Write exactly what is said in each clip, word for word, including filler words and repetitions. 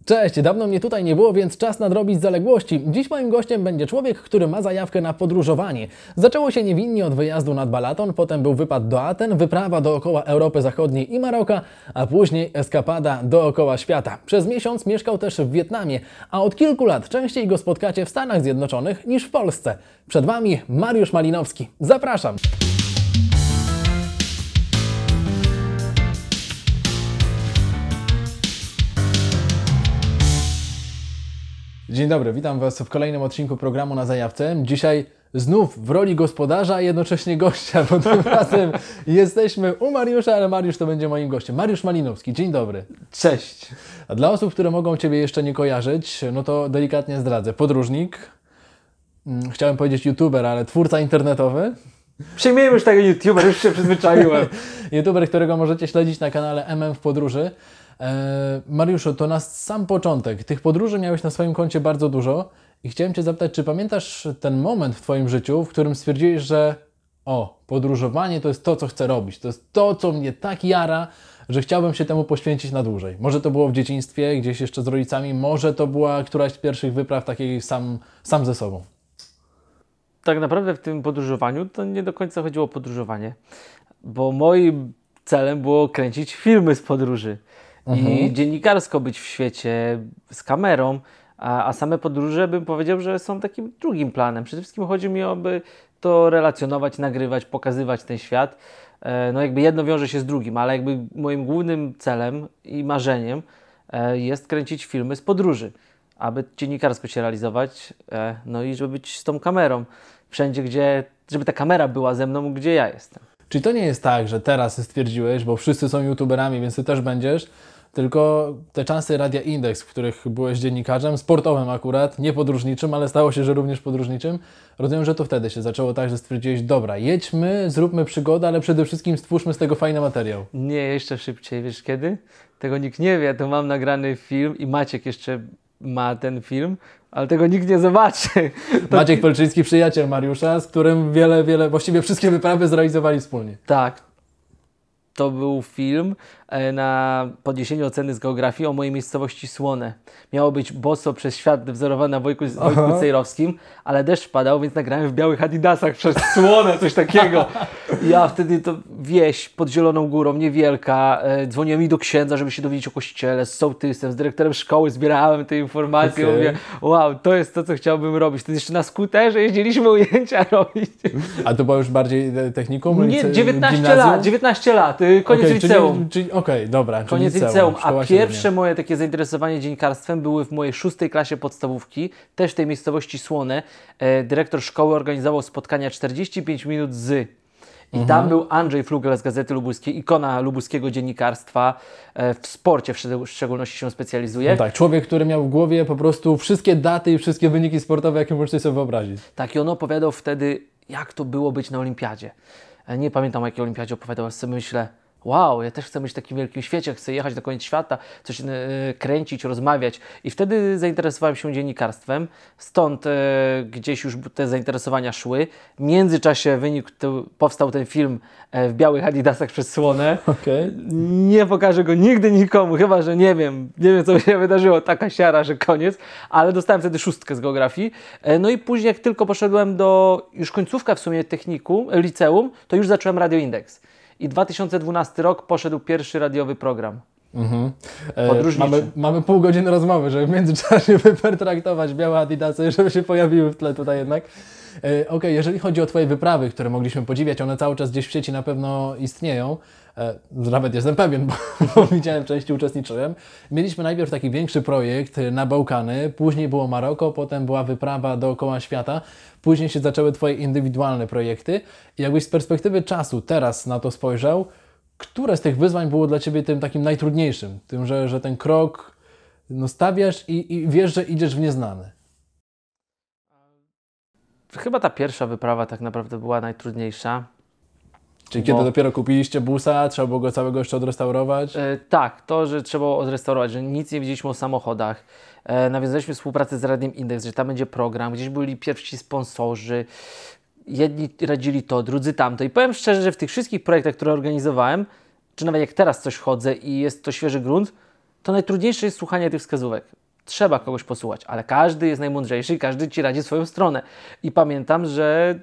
Cześć, dawno mnie tutaj nie było, więc czas nadrobić zaległości. Dziś moim gościem będzie człowiek, który ma zajawkę na podróżowanie. Zaczęło się niewinnie od wyjazdu nad Balaton, potem był wypad do Aten, wyprawa dookoła Europy Zachodniej i Maroka, a później eskapada dookoła świata. Przez miesiąc mieszkał też w Wietnamie, a od kilku lat częściej go spotkacie w Stanach Zjednoczonych niż w Polsce. Przed Wami Mariusz Malinowski. Zapraszam! Dzień dobry, witam Was w kolejnym odcinku programu Na Zajawce. Dzisiaj znów w roli gospodarza, a jednocześnie gościa, bo tym razem jesteśmy u Mariusza, ale Mariusz to będzie moim gościem. Mariusz Malinowski, dzień dobry. Cześć. A dla osób, które mogą Ciebie jeszcze nie kojarzyć, no to delikatnie zdradzę. Podróżnik, hmm, chciałem powiedzieć youtuber, ale twórca internetowy. Przyjmijmy już tego youtuber, już się przyzwyczaiłem. YouTuber, którego możecie śledzić na kanale M M w Podróży. E, Mariuszu, to na sam początek. Tych podróży miałeś na swoim koncie bardzo dużo i chciałem Cię zapytać, czy pamiętasz ten moment w Twoim życiu, w którym stwierdziłeś, że o, podróżowanie to jest to, co chcę robić, to jest to, co mnie tak jara, że chciałbym się temu poświęcić na dłużej. Może to było w dzieciństwie, gdzieś jeszcze z rodzicami, może to była któraś z pierwszych wypraw takiej sam, sam ze sobą. Tak naprawdę w tym podróżowaniu to nie do końca chodziło o podróżowanie, bo moim celem było kręcić filmy z podróży. I mhm. dziennikarsko być w świecie z kamerą, a, a same podróże bym powiedział, że są takim drugim planem. Przede wszystkim chodzi mi o, by to relacjonować, nagrywać, pokazywać ten świat. E, no jakby jedno wiąże się z drugim, ale jakby moim głównym celem i marzeniem e, jest kręcić filmy z podróży, aby dziennikarsko się realizować, e, no i żeby być z tą kamerą wszędzie, gdzie, żeby ta kamera była ze mną, gdzie ja jestem. Czyli to nie jest tak, że teraz stwierdziłeś, bo wszyscy są youtuberami, więc Ty też będziesz, tylko te czasy Radia Indeks, w których byłeś dziennikarzem, sportowym akurat, nie podróżniczym, ale stało się, że również podróżniczym. Rozumiem, że to wtedy się zaczęło tak, że stwierdziłeś, dobra, jedźmy, zróbmy przygodę, ale przede wszystkim stwórzmy z tego fajny materiał. Nie, jeszcze szybciej, wiesz kiedy? Tego nikt nie wie, to mam nagrany film i Maciek jeszcze ma ten film, ale tego nikt nie zobaczy. To... Maciek Pelczyński, przyjaciel Mariusza, z którym wiele, wiele, właściwie wszystkie wyprawy zrealizowali wspólnie. Tak. To był film na podniesieniu oceny z geografii o mojej miejscowości Słone. Miało być boso przez świat wzorowane na Wojku, Wojtku Cejrowskim, ale deszcz padał, więc nagrałem w białych adidasach przez Słone, coś takiego. Ja wtedy to wieś pod Zieloną Górą, niewielka. Dzwoniłem mi do księdza, żeby się dowiedzieć o kościele, z sołtysem, z dyrektorem szkoły, zbierałem te informacje. Okay. Mówię, wow, to jest to, co chciałbym robić. Wtedy jeszcze na skuterze jeździliśmy ujęcia robić. A to było już bardziej technikum? Nie, dziewiętnaście lat, dziewiętnaście lat, koniec okay, liceum. Czyli, czyli Okej, okay, dobra. Koniec liceum, a pierwsze moje takie zainteresowanie dziennikarstwem były w mojej szóstej klasie podstawówki, też w tej miejscowości Słone. E, dyrektor szkoły organizował spotkania czterdzieści pięć minut z. I mhm. tam był Andrzej Flugel z Gazety Lubuskiej, ikona lubuskiego dziennikarstwa, e, w sporcie w, w szczególności się specjalizuje. No tak, człowiek, który miał w głowie po prostu wszystkie daty i wszystkie wyniki sportowe, jakie możecie sobie wyobrazić. Tak, i on opowiadał wtedy, jak to było być na olimpiadzie. E, nie pamiętam, o jakiej olimpiadzie opowiadał, ale sobie myślę, wow, ja też chcę być w takim wielkim świecie, chcę jechać na koniec świata, coś yy, kręcić, rozmawiać. I wtedy zainteresowałem się dziennikarstwem. Stąd yy, gdzieś już te zainteresowania szły. W międzyczasie wynik, to, powstał ten film yy, w białych adidasach przez Słone. Okay. Nie pokażę go nigdy nikomu, chyba że nie wiem, nie wiem co by się wydarzyło, taka siara, że koniec. Ale dostałem wtedy szóstkę z geografii. Yy, no i później jak tylko poszedłem do, już końcówka w sumie technikum, liceum, to już zacząłem Radio Indeks. I dwa tysiące dwunasty rok poszedł pierwszy radiowy program. Mhm. E, mamy, mamy pół godziny rozmowy, żeby w międzyczasie wypertraktować białe adidasy, żeby się pojawiły w tle tutaj jednak. E, Okej, okay, jeżeli chodzi o Twoje wyprawy, które mogliśmy podziwiać, one cały czas gdzieś w sieci na pewno istnieją. E, nawet jestem pewien, bo, bo widziałem, w części uczestniczyłem. Mieliśmy najpierw taki większy projekt na Bałkany, później było Maroko, potem była wyprawa dookoła świata, później się zaczęły Twoje indywidualne projekty. I jakbyś z perspektywy czasu teraz na to spojrzał, które z tych wyzwań było dla Ciebie tym takim najtrudniejszym? Tym, że, że ten krok no, stawiasz i, i wiesz, że idziesz w nieznane. Chyba ta pierwsza wyprawa tak naprawdę była najtrudniejsza. Czyli bo... kiedy dopiero kupiliście busa, trzeba było go całego jeszcze odrestaurować? E, tak, to, że trzeba było odrestaurować, że nic nie wiedzieliśmy o samochodach. E, nawiązaliśmy współpracę z Radiem Indeks, że tam będzie program, gdzieś byli pierwsi sponsorzy. Jedni radzili to, drudzy tamto. I powiem szczerze, że w tych wszystkich projektach, które organizowałem, czy nawet jak teraz coś chodzę i jest to świeży grunt, to najtrudniejsze jest słuchanie tych wskazówek. Trzeba kogoś posłuchać, ale każdy jest najmądrzejszy i każdy ci radzi swoją stronę. I pamiętam, że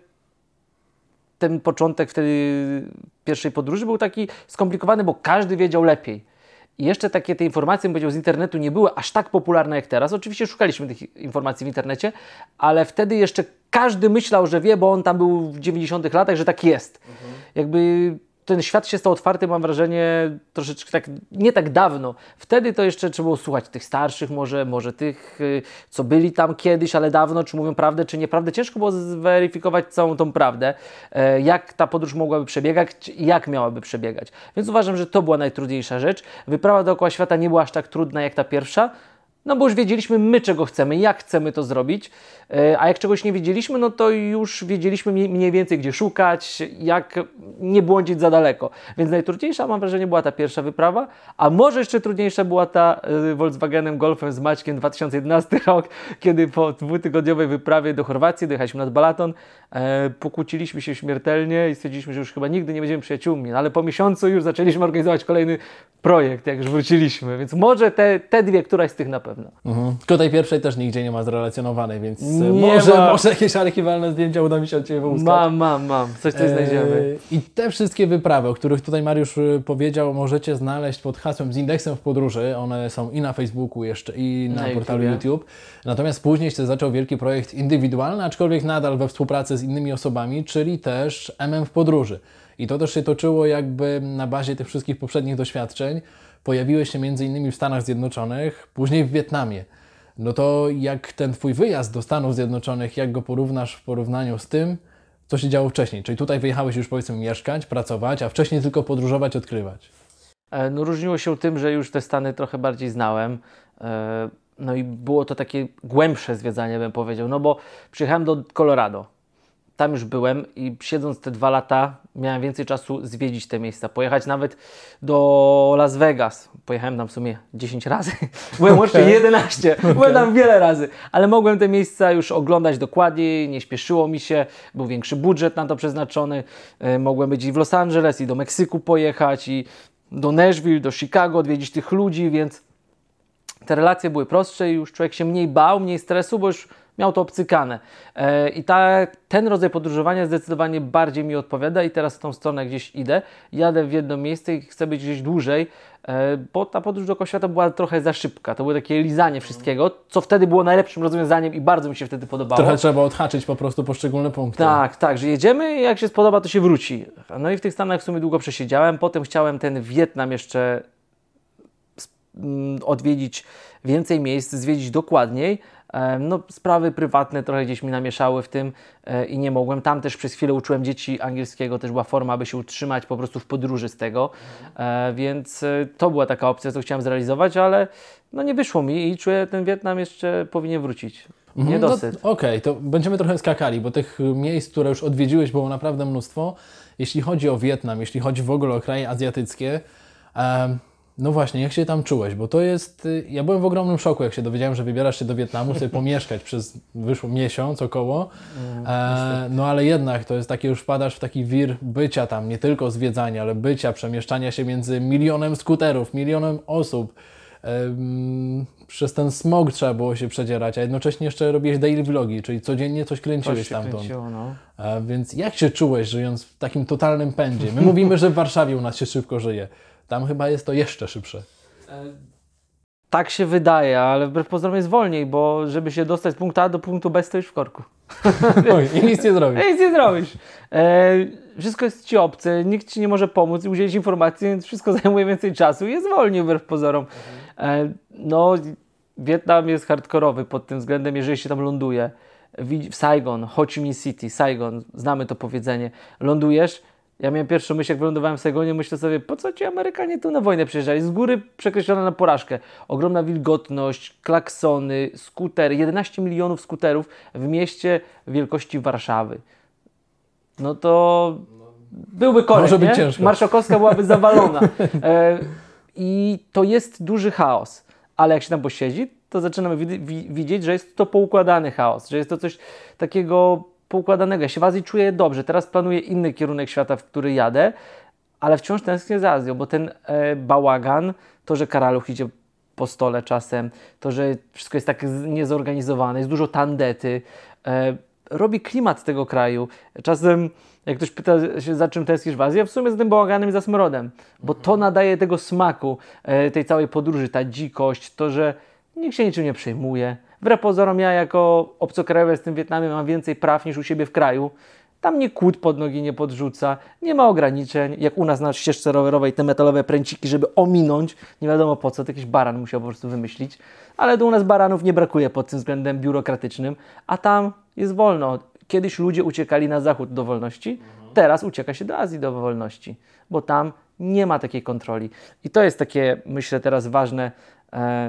ten początek wtedy pierwszej podróży był taki skomplikowany, bo każdy wiedział lepiej. I jeszcze takie te informacje, bym powiedział, z internetu nie były aż tak popularne jak teraz. Oczywiście szukaliśmy tych informacji w internecie, ale wtedy jeszcze każdy myślał, że wie, bo on tam był w dziewięćdziesiątych latach, że tak jest. Mhm. Jakby ten świat się stał otwarty, mam wrażenie, troszeczkę tak, nie tak dawno. Wtedy to jeszcze trzeba było słuchać tych starszych może, może tych, co byli tam kiedyś, ale dawno, czy mówią prawdę, czy nieprawdę. Ciężko było zweryfikować całą tą prawdę, jak ta podróż mogłaby przebiegać i jak miałaby przebiegać. Więc uważam, że to była najtrudniejsza rzecz. Wyprawa dookoła świata nie była aż tak trudna jak ta pierwsza, no bo już wiedzieliśmy my, czego chcemy, jak chcemy to zrobić, a jak czegoś nie wiedzieliśmy, no to już wiedzieliśmy mniej więcej, gdzie szukać, jak nie błądzić za daleko. Więc najtrudniejsza, mam wrażenie, była ta pierwsza wyprawa, a może jeszcze trudniejsza była ta Volkswagenem Golfem z Maćkiem dwa tysiące jedenasty rok, kiedy po dwutygodniowej wyprawie do Chorwacji dojechaliśmy nad Balaton, e, pokłóciliśmy się śmiertelnie i stwierdziliśmy, że już chyba nigdy nie będziemy przyjaciółmi, no, ale po miesiącu już zaczęliśmy organizować kolejny projekt, jak już wróciliśmy, więc może te, te dwie, któraś z tych na pewno. Mhm. Tylko tej pierwszej też nigdzie nie ma zrelacjonowanej, więc nie może, ma. może jakieś archiwalne zdjęcia uda mi się od Ciebie uzyskać. Mam, mam, mam. Coś, coś znajdziemy. Eee, I te wszystkie wyprawy, o których tutaj Mariusz powiedział, możecie znaleźć pod hasłem z indeksem w podróży. One są i na Facebooku jeszcze, i na, na portalu YouTube. Natomiast później się zaczął wielki projekt indywidualny, aczkolwiek nadal we współpracy z innymi osobami, czyli też M M w podróży. I to też się toczyło jakby na bazie tych wszystkich poprzednich doświadczeń. Pojawiłeś się między innymi w Stanach Zjednoczonych, później w Wietnamie. No to jak ten Twój wyjazd do Stanów Zjednoczonych, jak go porównasz w porównaniu z tym, co się działo wcześniej? Czyli tutaj wyjechałeś już, powiedzmy, mieszkać, pracować, a wcześniej tylko podróżować, odkrywać. No różniło się tym, że już te Stany trochę bardziej znałem. No i było to takie głębsze zwiedzanie, bym powiedział. No bo przyjechałem do Colorado. Tam już byłem i siedząc te dwa lata miałem więcej czasu zwiedzić te miejsca. Pojechać nawet do Las Vegas. Pojechałem tam w sumie dziesięć razy. Byłem łącznie okay. jedenaście. Okay. Byłem tam wiele razy. Ale mogłem te miejsca już oglądać dokładniej. Nie śpieszyło mi się. Był większy budżet na to przeznaczony. Mogłem być i w Los Angeles, i do Meksyku pojechać, i do Nashville, do Chicago, odwiedzić tych ludzi, więc te relacje były prostsze i już człowiek się mniej bał, mniej stresu, bo już miał to obcykane. E, I ta, ten rodzaj podróżowania zdecydowanie bardziej mi odpowiada i teraz w tą stronę gdzieś idę. Jadę w jedno miejsce i chcę być gdzieś dłużej, e, bo ta podróż dookoła świata była trochę za szybka. To było takie lizanie wszystkiego, co wtedy było najlepszym rozwiązaniem i bardzo mi się wtedy podobało. Trochę trzeba odhaczyć po prostu poszczególne punkty. Tak, tak, że jedziemy i jak się spodoba, to się wróci. No i w tych Stanach w sumie długo przesiedziałem. Potem chciałem ten Wietnam jeszcze odwiedzić więcej miejsc, zwiedzić dokładniej. No, sprawy prywatne trochę gdzieś mi namieszały w tym i nie mogłem. Tam też przez chwilę uczyłem dzieci angielskiego, też była forma, aby się utrzymać po prostu w podróży z tego, więc to była taka opcja, co chciałem zrealizować, ale no nie wyszło mi i czuję, ten Wietnam jeszcze powinien wrócić. Niedosyt. No, Okej, okay, to będziemy trochę skakali, bo tych miejsc, które już odwiedziłeś, było naprawdę mnóstwo. Jeśli chodzi o Wietnam, jeśli chodzi w ogóle o kraje azjatyckie, um, no właśnie, jak się tam czułeś? Bo to jest... Ja byłem w ogromnym szoku, jak się dowiedziałem, że wybierasz się do Wietnamu, sobie pomieszkać przez wyszło miesiąc około. E, no ale jednak to jest takie, już wpadasz w taki wir bycia tam, nie tylko zwiedzania, ale bycia, przemieszczania się między milionem skuterów, milionem osób. E, przez ten smog trzeba było się przedzierać, a jednocześnie jeszcze robiłeś daily vlogi, czyli codziennie coś kręciłeś stamtąd. Kręciło, no. E, więc jak się czułeś, żyjąc w takim totalnym pędzie? My mówimy, że w Warszawie u nas się szybko żyje. Tam chyba jest to jeszcze szybsze. Tak się wydaje, ale wbrew pozorom jest wolniej, bo żeby się dostać z punktu A do punktu B, stoisz w korku. Oj, i nic nie zrobisz. I nic nie zrobisz. E, wszystko jest Ci obce, nikt Ci nie może pomóc i udzielić informacji, więc wszystko zajmuje więcej czasu i jest wolniej wbrew pozorom. E, no, Wietnam jest hardkorowy pod tym względem, jeżeli się tam ląduje. W Saigon, Ho Chi Minh City, Saigon, znamy to powiedzenie. Lądujesz. Ja miałem pierwszą myśl, jak wylądowałem w Saigonie, myślę sobie, po co ci Amerykanie tu na wojnę przyjeżdżali? Z góry przekreślona na porażkę. Ogromna wilgotność, klaksony, skutery, jedenaście milionów skuterów w mieście wielkości Warszawy. No to byłby koniec, może być nie? Ciężko. Marszałkowska byłaby zawalona. E, I to jest duży chaos. Ale jak się tam posiedzi, to zaczynamy wid- widzieć, że jest to poukładany chaos, że jest to coś takiego poukładanego. Ja się w Azji czuję dobrze. Teraz planuję inny kierunek świata, w który jadę, ale wciąż tęsknię za Azją, bo ten e, bałagan, to, że karaluch idzie po stole czasem, to, że wszystko jest tak niezorganizowane, jest dużo tandety, e, robi klimat tego kraju. Czasem jak ktoś pyta się, za czym tęsknisz w Azji, ja w sumie z tym bałaganem i za smrodem, bo to nadaje tego smaku e, tej całej podróży, ta dzikość, to, że nikt się niczym nie przejmuje. Wbrew pozorom ja jako obcokrajowiec w tym Wietnamie mam więcej praw niż u siebie w kraju. Tam nie kłód pod nogi nie podrzuca, nie ma ograniczeń, jak u nas na ścieżce rowerowej te metalowe pręciki, żeby ominąć, nie wiadomo po co, to jakiś baran musiał po prostu wymyślić, ale tu u nas baranów nie brakuje pod tym względem biurokratycznym, a tam jest wolno. Kiedyś ludzie uciekali na zachód do wolności, teraz ucieka się do Azji do wolności, bo tam nie ma takiej kontroli. I to jest takie, myślę, teraz ważne e,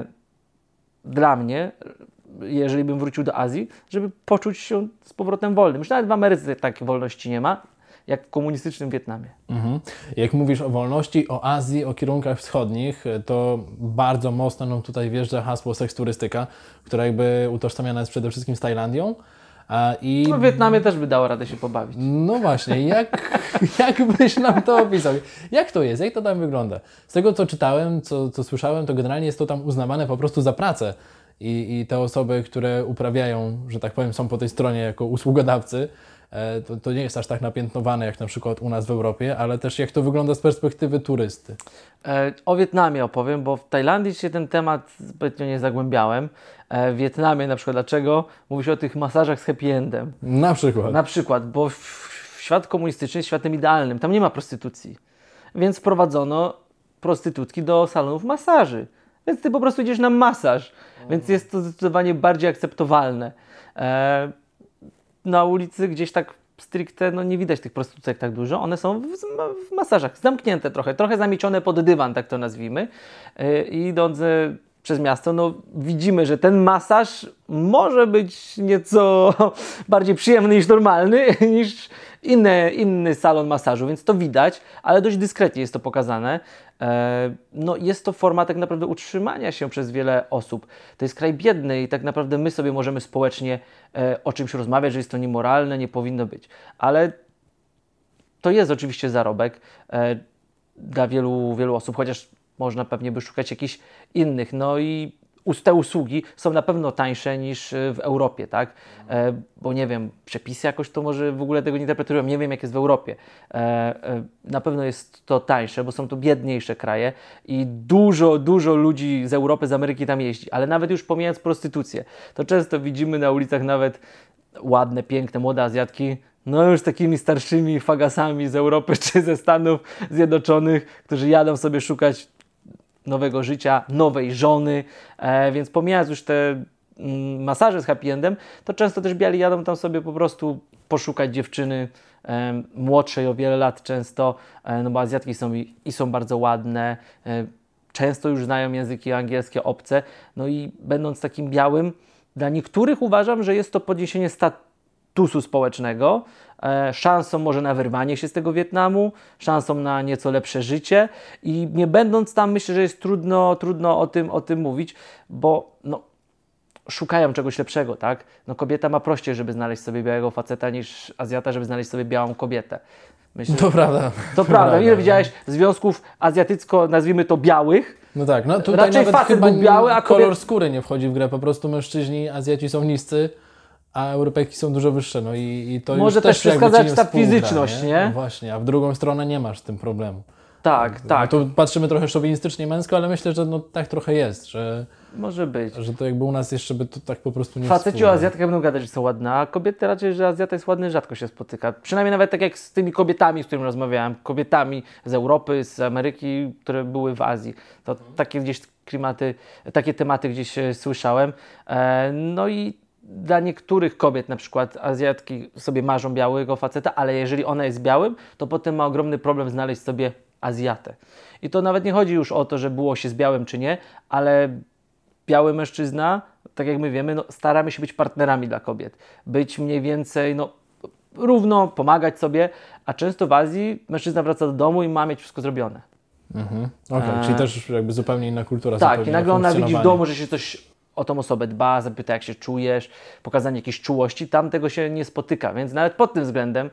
dla mnie, jeżeli bym wrócił do Azji, żeby poczuć się z powrotem wolnym. Już nawet w Ameryce takiej wolności nie ma, jak w komunistycznym Wietnamie. Mhm. Jak mówisz o wolności, o Azji, o kierunkach wschodnich, to bardzo mocno nam tutaj wjeżdża hasło seksturystyka, która jakby utożsamiana jest przede wszystkim z Tajlandią. I... No w Wietnamie też by dało radę się pobawić. No właśnie, jak, jak byś nam to opisał? Jak to jest? Jak to tam wygląda? Z tego, co czytałem, co, co słyszałem, to generalnie jest to tam uznawane po prostu za pracę. I, I te osoby, które uprawiają, że tak powiem, są po tej stronie jako usługodawcy, to, to nie jest aż tak napiętnowane jak na przykład u nas w Europie, ale też jak to wygląda z perspektywy turysty. E, o Wietnamie opowiem, bo w Tajlandii się ten temat zbytnio nie zagłębiałem. E, w Wietnamie na przykład, dlaczego? Mówi się o tych masażach z happy endem. Na przykład. Na przykład, bo w, w świat komunistyczny jest światem idealnym, tam nie ma prostytucji. Więc wprowadzono prostytutki do salonów masaży. Więc ty po prostu idziesz na masaż. Mhm. Więc jest to zdecydowanie bardziej akceptowalne. E, na ulicy gdzieś tak stricte no nie widać tych prostytutek tak dużo. One są w, w masażach, zamknięte trochę, trochę zamiecione pod dywan, tak to nazwijmy. E, I idąc e, przez miasto, no widzimy, że ten masaż może być nieco bardziej przyjemny niż normalny, niż inny, inny salon masażu, więc to widać, ale dość dyskretnie jest to pokazane. E, no jest to forma tak naprawdę utrzymania się przez wiele osób. To jest kraj biedny i tak naprawdę my sobie możemy społecznie e, o czymś rozmawiać, że jest to niemoralne, nie powinno być. Ale to jest oczywiście zarobek e, dla wielu, wielu osób, chociaż można pewnie by szukać jakichś innych. No i te usługi są na pewno tańsze niż w Europie, tak? E, bo nie wiem, przepisy jakoś to może w ogóle tego nie interpretują, nie wiem jak jest w Europie. E, e, na pewno jest to tańsze, bo są to biedniejsze kraje i dużo, dużo ludzi z Europy, z Ameryki tam jeździ, ale nawet już pomijając prostytucję, to często widzimy na ulicach nawet ładne, piękne, młode Azjatki, no już takimi starszymi fagasami z Europy czy ze Stanów Zjednoczonych, którzy jadą sobie szukać nowego życia, nowej żony, e, więc pomijając już te mm, masaże z happy endem, to często też biali jadą tam sobie po prostu poszukać dziewczyny e, młodszej o wiele lat często, e, no bo Azjatki są i, i są bardzo ładne, e, często już znają języki angielskie, obce, no i będąc takim białym, dla niektórych uważam, że jest to podniesienie statusu społecznego, e, szansą może na wyrwanie się z tego Wietnamu, szansą na nieco lepsze życie i nie będąc tam myślę, że jest trudno, trudno o tym, o tym mówić, bo no, szukają czegoś lepszego, tak? No kobieta ma prościej, żeby znaleźć sobie białego faceta niż Azjata, żeby znaleźć sobie białą kobietę. Myślę, to prawda. To, to prawda. Ile widziałeś związków azjatycko, nazwijmy to białych? No tak, no tutaj raczej nawet facet chyba był biały, a kolor kobiet... skóry nie wchodzi w grę, po prostu mężczyźni, Azjaci są niscy, a Europejki są dużo wyższe, no i, i to może już też przeszkadzać ta fizyczność, nie? nie? No właśnie, a w drugą stronę nie masz z tym problemu. Tak, no, tak. Tu patrzymy trochę szowinistycznie męsko, ale myślę, że no tak trochę jest, że... Może być. Że to jakby u nas jeszcze by to tak po prostu nie Faceci o Azjatkach będą gadać, że są ładne, a kobiety raczej, że Azjata jest ładny, rzadko się spotyka. Przynajmniej nawet tak jak z tymi kobietami, z którymi rozmawiałem, kobietami z Europy, z Ameryki, które były w Azji. To takie gdzieś klimaty, takie tematy gdzieś e, słyszałem. E, no i dla niektórych kobiet, na przykład Azjatki sobie marzą białego faceta, ale jeżeli ona jest białym, to potem ma ogromny problem znaleźć sobie Azjatę. I to nawet nie chodzi już o to, że było się z białym czy nie, ale biały mężczyzna, tak jak my wiemy, no, staramy się być partnerami dla kobiet. Być mniej więcej no, równo, pomagać sobie, a często w Azji mężczyzna wraca do domu i ma mieć wszystko zrobione. Mhm. Okej, okay, e... czyli też jakby zupełnie inna kultura. Tak, i nagle ona widzi w domu, że się coś o tą osobę dba, zapyta jak się czujesz, pokazanie jakiejś czułości, tam tego się nie spotyka, więc nawet pod tym względem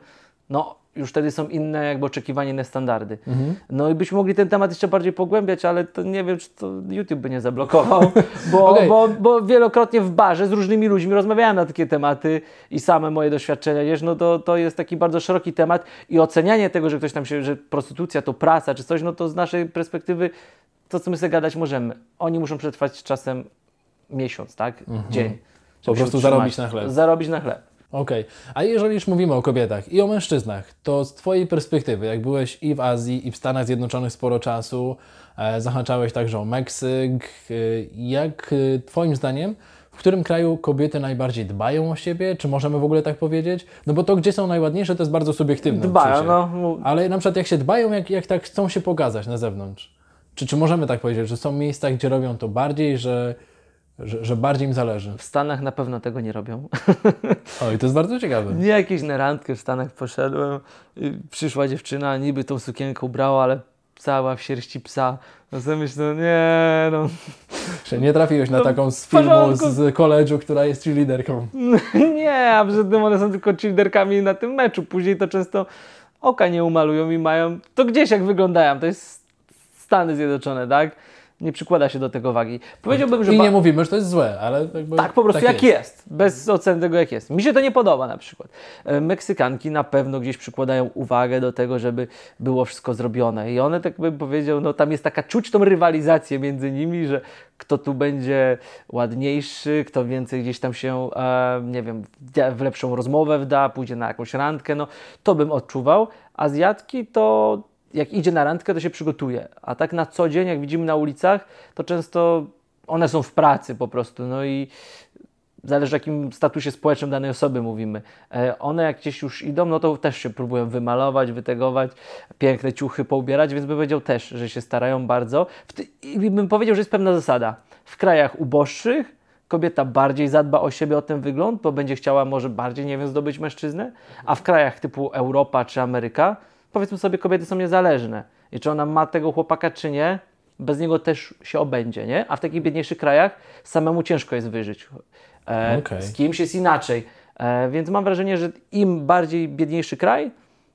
no już wtedy są inne jakby oczekiwania, inne standardy. Mhm. No i byśmy mogli ten temat jeszcze bardziej pogłębiać, ale to nie wiem, czy to YouTube by nie zablokował, bo, okay. bo, bo wielokrotnie w barze z różnymi ludźmi rozmawiałem na takie tematy i same moje doświadczenia, wiesz, no to, to jest taki bardzo szeroki temat i ocenianie tego, że ktoś tam się, że prostytucja to praca czy coś, no to z naszej perspektywy to, co my sobie gadać możemy. Oni muszą przetrwać czasem miesiąc, tak? Mhm. Dzień. Po prostu zarobić na chleb. Zarobić na chleb. Okej, okay. A jeżeli już mówimy o kobietach i o mężczyznach, to z Twojej perspektywy, jak byłeś i w Azji, i w Stanach Zjednoczonych sporo czasu, e, zahaczałeś także o Meksyk, e, jak e, Twoim zdaniem, w którym kraju kobiety najbardziej dbają o siebie? Czy możemy w ogóle tak powiedzieć? No bo to, gdzie są najładniejsze, to jest bardzo subiektywne. Dbają, no. Ale na przykład jak się dbają, jak, jak tak chcą się pokazać na zewnątrz. Czy, czy możemy tak powiedzieć, że są miejsca, gdzie robią to bardziej, że... Że, że bardziej im zależy. W Stanach na pewno tego nie robią. Oj, to jest bardzo ciekawe. Nie jakieś na randkę w Stanach poszedłem, przyszła dziewczyna, niby tą sukienkę ubrała, ale cała w sierści psa. No sobie myślę, nie no. Że nie trafiłeś na no, taką z filmu z koledżu, która jest cheerleaderką. Nie, a przed tym one są tylko cheerleaderkami na tym meczu. Później to często oka nie umalują i mają, to gdzieś jak wyglądają. To jest Stany Zjednoczone, tak? Nie przykłada się do tego wagi. Powiedziałbym, że I nie mówimy, że to jest złe, ale jakby tak po prostu tak jak jest. jest, bez oceny tego jak jest. Mi się to nie podoba na przykład. Meksykanki na pewno gdzieś przykładają uwagę do tego, żeby było wszystko zrobione i one, tak bym powiedział, no tam jest taka, czuć tą rywalizację między nimi, że kto tu będzie ładniejszy, kto więcej gdzieś tam się, e, nie wiem, w lepszą rozmowę wda, pójdzie na jakąś randkę, no to bym odczuwał. Azjatki to jak idzie na randkę, to się przygotuje, a tak na co dzień, jak widzimy na ulicach, to często one są w pracy po prostu, no i zależy o jakim statusie społecznym danej osoby mówimy. E, one jak gdzieś już idą, no to też się próbują wymalować, wytegować, piękne ciuchy poubierać, więc bym powiedział też, że się starają bardzo. I bym powiedział, że jest pewna zasada. W krajach uboższych kobieta bardziej zadba o siebie, o ten wygląd, bo będzie chciała może bardziej, nie wiem, zdobyć mężczyznę, a w krajach typu Europa czy Ameryka, powiedzmy sobie, kobiety są niezależne. I czy ona ma tego chłopaka, czy nie, bez niego też się obędzie, nie? A w takich biedniejszych krajach samemu ciężko jest wyżyć. E, okay. Z kimś jest inaczej. E, więc mam wrażenie, że im bardziej biedniejszy kraj,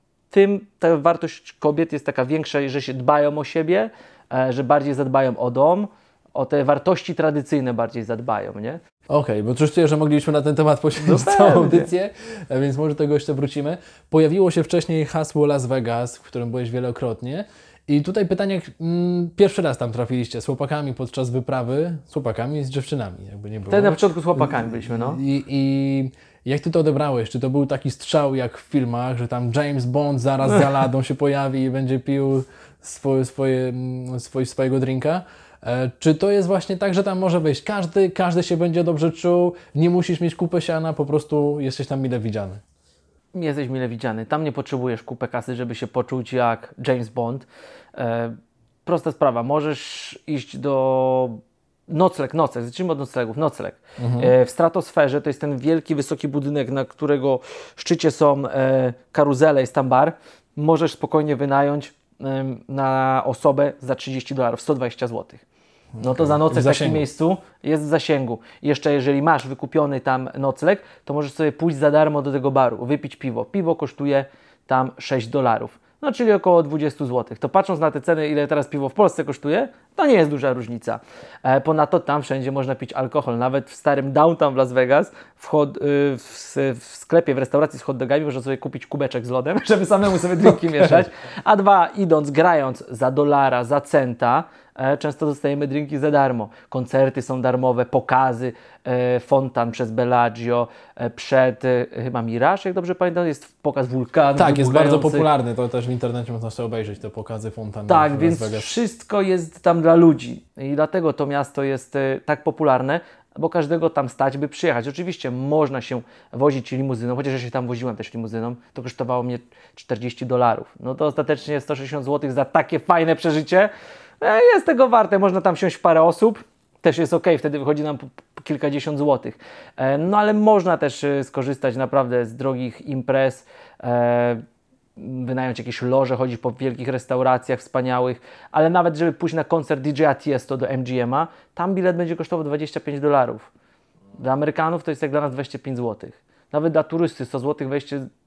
tym ta wartość kobiet jest taka większa, że się dbają o siebie, e, że bardziej zadbają o dom, o te wartości tradycyjne bardziej zadbają, nie? Okej, okay, bo coś czuję, że moglibyśmy na ten temat poświęcić no całą audycję, więc może do tego jeszcze wrócimy. Pojawiło się wcześniej hasło Las Vegas, w którym byłeś wielokrotnie. I tutaj pytanie, mm, pierwszy raz tam trafiliście z chłopakami podczas wyprawy, z chłopakami i z dziewczynami, jakby nie było. Wtedy na początku z chłopakami byliśmy, no. I, I jak Ty to odebrałeś? Czy to był taki strzał jak w filmach, że tam James Bond zaraz za ladą się pojawi i będzie pił swoje, swoje, swoje, swojego drinka? Czy to jest właśnie tak, że tam może wejść każdy, każdy się będzie dobrze czuł, nie musisz mieć kupy siana, po prostu jesteś tam mile widziany? Jesteś mile widziany. Tam nie potrzebujesz kupę kasy, żeby się poczuć jak James Bond. E, prosta sprawa. Możesz iść do nocleg, nocleg. Zacznijmy od noclegów. Nocleg. Mhm. E, w stratosferze to jest ten wielki, wysoki budynek, na którego szczycie są e, karuzele, jest tam bar. Możesz spokojnie wynająć e, na osobę za trzydzieści dolarów, sto dwadzieścia złotych. No to za nocleg w takim miejscu jest w zasięgu. I jeszcze jeżeli masz wykupiony tam nocleg, to możesz sobie pójść za darmo do tego baru, wypić piwo. Piwo kosztuje tam sześć dolarów, no czyli około dwadzieścia złotych. To patrząc na te ceny, ile teraz piwo w Polsce kosztuje, to nie jest duża różnica. E, ponadto tam wszędzie można pić alkohol. Nawet w starym downtown w Las Vegas, w, hot, y, w, w sklepie, w restauracji z hot dogami można sobie kupić kubeczek z lodem, żeby samemu sobie drinki mieszać. A dwa, idąc, grając za dolara, za centa, e, często dostajemy drinki za darmo. Koncerty są darmowe, pokazy, e, fontan przez Bellagio, e, przed e, chyba Mirage, jak dobrze pamiętam, jest pokaz wulkanu. Tak, jest bardzo popularny, to też w internecie można sobie obejrzeć te pokazy fontan. Tak, więc wszystko jest tam dla ludzi i dlatego to miasto jest e, tak popularne, bo każdego tam stać, by przyjechać. Oczywiście można się wozić limuzyną, chociaż ja się tam woziłem też limuzyną, to kosztowało mnie czterdzieści dolarów. No to ostatecznie sto sześćdziesiąt złotych za takie fajne przeżycie e, jest tego warte. Można tam wsiąść parę osób, też jest ok, wtedy wychodzi nam po, po kilkadziesiąt złotych. E, no ale można też e, skorzystać naprawdę z drogich imprez, e, wynająć jakieś loże, chodzić po wielkich restauracjach wspaniałych, ale nawet żeby pójść na koncert D J Tiesto do M G M a, tam bilet będzie kosztował dwadzieścia pięć dolarów. Dla Amerykanów to jest jak dla nas dwadzieścia pięć złotych. Nawet dla turysty sto złotych wejście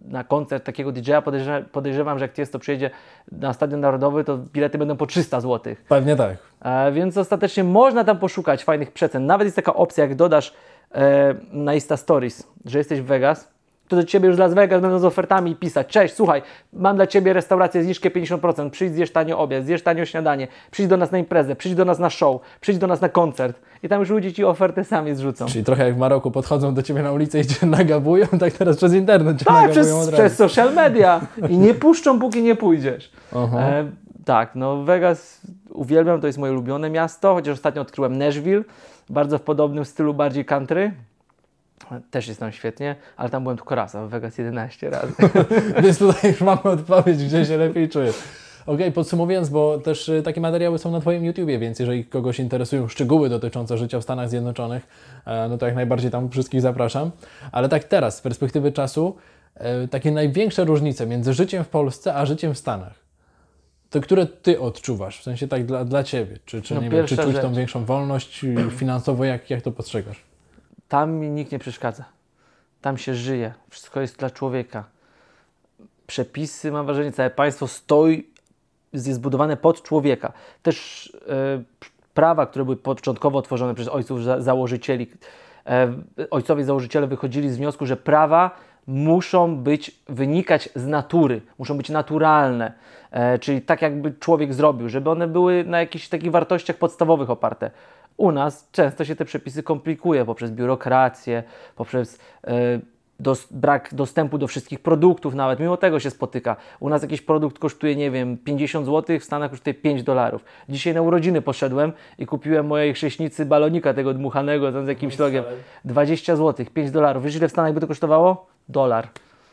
na koncert takiego D J a, podejrzewam, podejrzewam, że jak Tiesto przyjedzie na Stadion Narodowy, to bilety będą po trzysta złotych. Pewnie tak. E, więc ostatecznie można tam poszukać fajnych przecen. Nawet jest taka opcja, jak dodasz e, na Insta Stories, że jesteś w Vegas, to do Ciebie już z Las Vegas będą z ofertami pisać: cześć, słuchaj, mam dla Ciebie restaurację zniżkę pięćdziesiąt procent, przyjdź, zjesz tanio obiad, zjesz tanio śniadanie, przyjdź do nas na imprezę, przyjdź do nas na show, przyjdź do nas na koncert. I tam już ludzie Ci ofertę sami zrzucą. Czyli trochę jak w Maroku podchodzą do Ciebie na ulicę i Cię nagabują, tak teraz przez internet Cię tak, nagabują przez, od razu. przez social media. I nie puszczą, póki nie pójdziesz. E, tak, no Vegas uwielbiam, to jest moje ulubione miasto, chociaż ostatnio odkryłem Nashville, bardzo w podobnym stylu, bardziej country. Też jest tam świetnie, ale tam byłem tylko raz, a w Vegas jedenaście razy. Więc tutaj już mamy odpowiedź, gdzie się lepiej czujesz. Okej, okay, podsumowując, bo też y, takie materiały są na Twoim YouTubie, więc jeżeli kogoś interesują szczegóły dotyczące życia w Stanach Zjednoczonych, e, no to jak najbardziej tam wszystkich zapraszam. Ale tak teraz, z perspektywy czasu, e, takie największe różnice między życiem w Polsce a życiem w Stanach, to które Ty odczuwasz, w sensie tak dla, dla Ciebie? Czy, czy, no nie wiem, czy czuć rzecz. tą większą wolność finansowo, jak, jak to postrzegasz? Tam mi nikt nie przeszkadza. Tam się żyje. Wszystko jest dla człowieka. Przepisy, mam wrażenie, całe państwo stoi, jest zbudowane pod człowieka. Też e, prawa, które były początkowo tworzone przez ojców za, założycieli, e, ojcowie założyciele wychodzili z wniosku, że prawa muszą być, wynikać z natury, muszą być naturalne, e, czyli tak jakby człowiek zrobił, żeby one były na jakichś takich wartościach podstawowych oparte. U nas często się te przepisy komplikuje poprzez biurokrację, poprzez e, dos, brak dostępu do wszystkich produktów nawet, mimo tego się spotyka. U nas jakiś produkt kosztuje, nie wiem, pięćdziesiąt złotych, w Stanach kosztuje pięć dolarów. Dzisiaj na urodziny poszedłem i kupiłem mojej chrześnicy balonika tego dmuchanego tam z jakimś logiem. dwadzieścia złotych, pięć dolarów. Wiesz, ile w Stanach by to kosztowało? Dolar.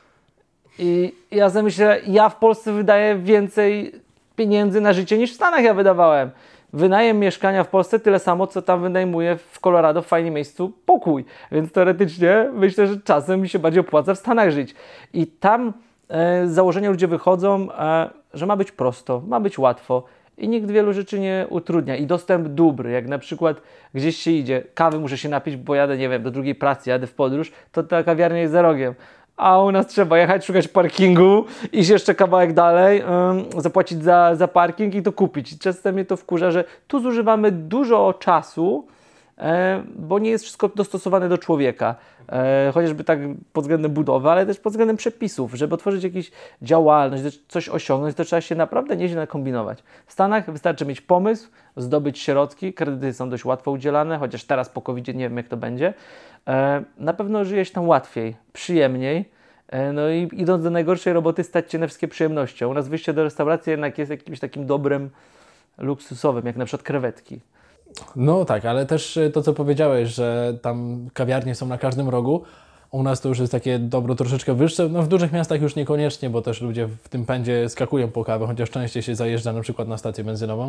I ja sobie myślę, ja w Polsce wydaję więcej pieniędzy na życie niż w Stanach ja wydawałem. Wynajem mieszkania w Polsce tyle samo, co tam wynajmuję w Colorado, w fajnym miejscu, pokój. Więc teoretycznie myślę, że czasem mi się bardziej opłaca w Stanach żyć. I tam e, z założenia ludzie wychodzą, e, że ma być prosto, ma być łatwo i nikt wielu rzeczy nie utrudnia. I dostęp dóbr, jak na przykład gdzieś się idzie, kawy muszę się napić, bo jadę, nie wiem, do drugiej pracy, jadę w podróż, to ta kawiarnia jest za rogiem. A u nas trzeba jechać, szukać parkingu, iść jeszcze kawałek dalej, um, zapłacić za, za parking i to kupić. Często mnie to wkurza, że tu zużywamy dużo czasu, e, bo nie jest wszystko dostosowane do człowieka. E, chociażby tak pod względem budowy, ale też pod względem przepisów. Żeby otworzyć jakąś działalność, coś osiągnąć, to trzeba się naprawdę nieźle nakombinować. W Stanach wystarczy mieć pomysł, zdobyć środki, kredyty są dość łatwo udzielane, chociaż teraz po kowidzie nie wiem, jak to będzie. E, na pewno żyje się tam łatwiej, przyjemniej, e, no i idąc do najgorszej roboty stać się na wszystkie przyjemnością. U nas wyjście do restauracji jednak jest jakimś takim dobrem luksusowym, jak na przykład krewetki. No tak, ale też to, co powiedziałeś, że tam kawiarnie są na każdym rogu. U nas to już jest takie dobro troszeczkę wyższe. No w dużych miastach już niekoniecznie, bo też ludzie w tym pędzie skakują po kawę, chociaż częściej się zajeżdża na przykład na stację benzynową.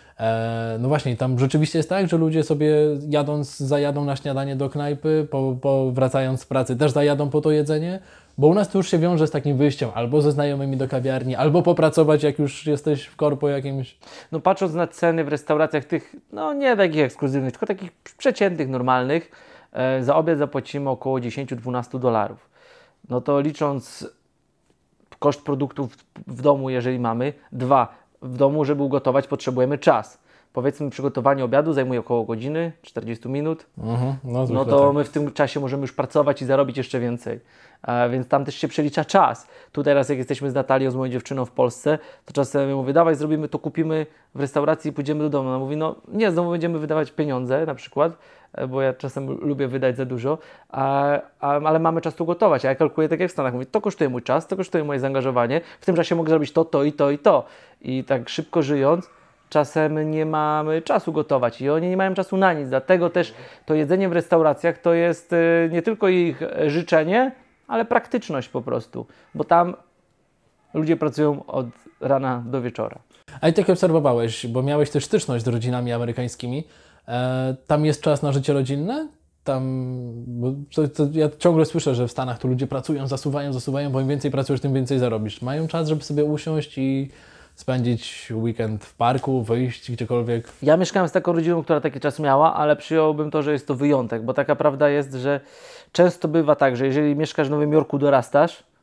E, no właśnie, tam rzeczywiście jest tak, że ludzie sobie jadąc, zajadą na śniadanie do knajpy, po, po wracając z pracy też zajadą po to jedzenie, bo u nas to już się wiąże z takim wyjściem albo ze znajomymi do kawiarni, albo popracować, jak już jesteś w korpo jakimś. No patrząc na ceny w restauracjach tych, no nie takich ekskluzywnych, tylko takich przeciętnych, normalnych, e, za obiad zapłacimy około dziesięć do dwunastu dolarów. No to licząc koszt produktów w domu, jeżeli mamy, dwa, w domu, żeby ugotować, potrzebujemy czas. Powiedzmy, przygotowanie obiadu zajmuje około godziny, czterdzieści minut. Mhm, no, no to tak. my w tym czasie możemy już pracować i zarobić jeszcze więcej. A więc tam też się przelicza czas. Tu teraz, jak jesteśmy z Natalią, z moją dziewczyną w Polsce, to czasem ja mówię, dawaj, zrobimy to, kupimy w restauracji i pójdziemy do domu. Ona mówi, no nie, znowu będziemy wydawać pieniądze na przykład, bo ja czasem lubię wydać za dużo, a, a, ale mamy czas tu gotować. A ja kalkuluję tak jak w Stanach. Mówię, to kosztuje mój czas, to kosztuje moje zaangażowanie. W tym czasie mogę zrobić to, to i to i to. I tak szybko żyjąc, czasem nie mamy czasu gotować i oni nie mają czasu na nic. Dlatego też to jedzenie w restauracjach to jest y, nie tylko ich życzenie, ale praktyczność po prostu, bo tam ludzie pracują od rana do wieczora. A i tak obserwowałeś, bo miałeś też styczność z rodzinami amerykańskimi. E, tam jest czas na życie rodzinne? Tam, bo to, to ja ciągle słyszę, że w Stanach to ludzie pracują, zasuwają, zasuwają, bo im więcej pracujesz, tym więcej zarobisz. Mają czas, żeby sobie usiąść i spędzić weekend w parku, wyjść gdziekolwiek? Ja mieszkałem z taką rodziną, która taki czas miała, ale przyjąłbym to, że jest to wyjątek, bo taka prawda jest, że często bywa tak, że jeżeli mieszkasz w Nowym Jorku, dorastasz,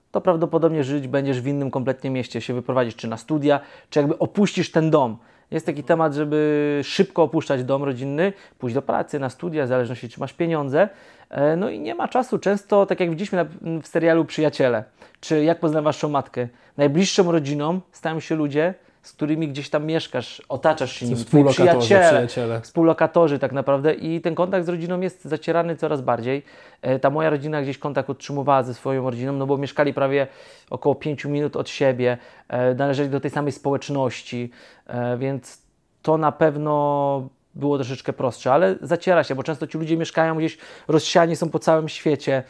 to prawdopodobnie żyć będziesz w innym kompletnie mieście, się wyprowadzić, czy na studia, czy jakby opuścisz ten dom. Jest taki temat, żeby szybko opuszczać dom rodzinny, pójść do pracy, na studia, w zależności czy masz pieniądze. No i nie ma czasu. Często, tak jak widzieliśmy w serialu Przyjaciele, czy Jak poznałem waszą matkę, najbliższą rodziną stają się ludzie, z którymi gdzieś tam mieszkasz, otaczasz się nimi, współlokatorzy, przyjaciele. Współlokatorzy tak naprawdę i ten kontakt z rodziną jest zacierany coraz bardziej. Ta moja rodzina gdzieś kontakt utrzymywała ze swoją rodziną, no bo mieszkali prawie około pięciu minut od siebie, należeli do tej samej społeczności, więc to na pewno było troszeczkę prostsze, ale zaciera się, bo często ci ludzie mieszkają gdzieś, rozsiani są po całym świecie,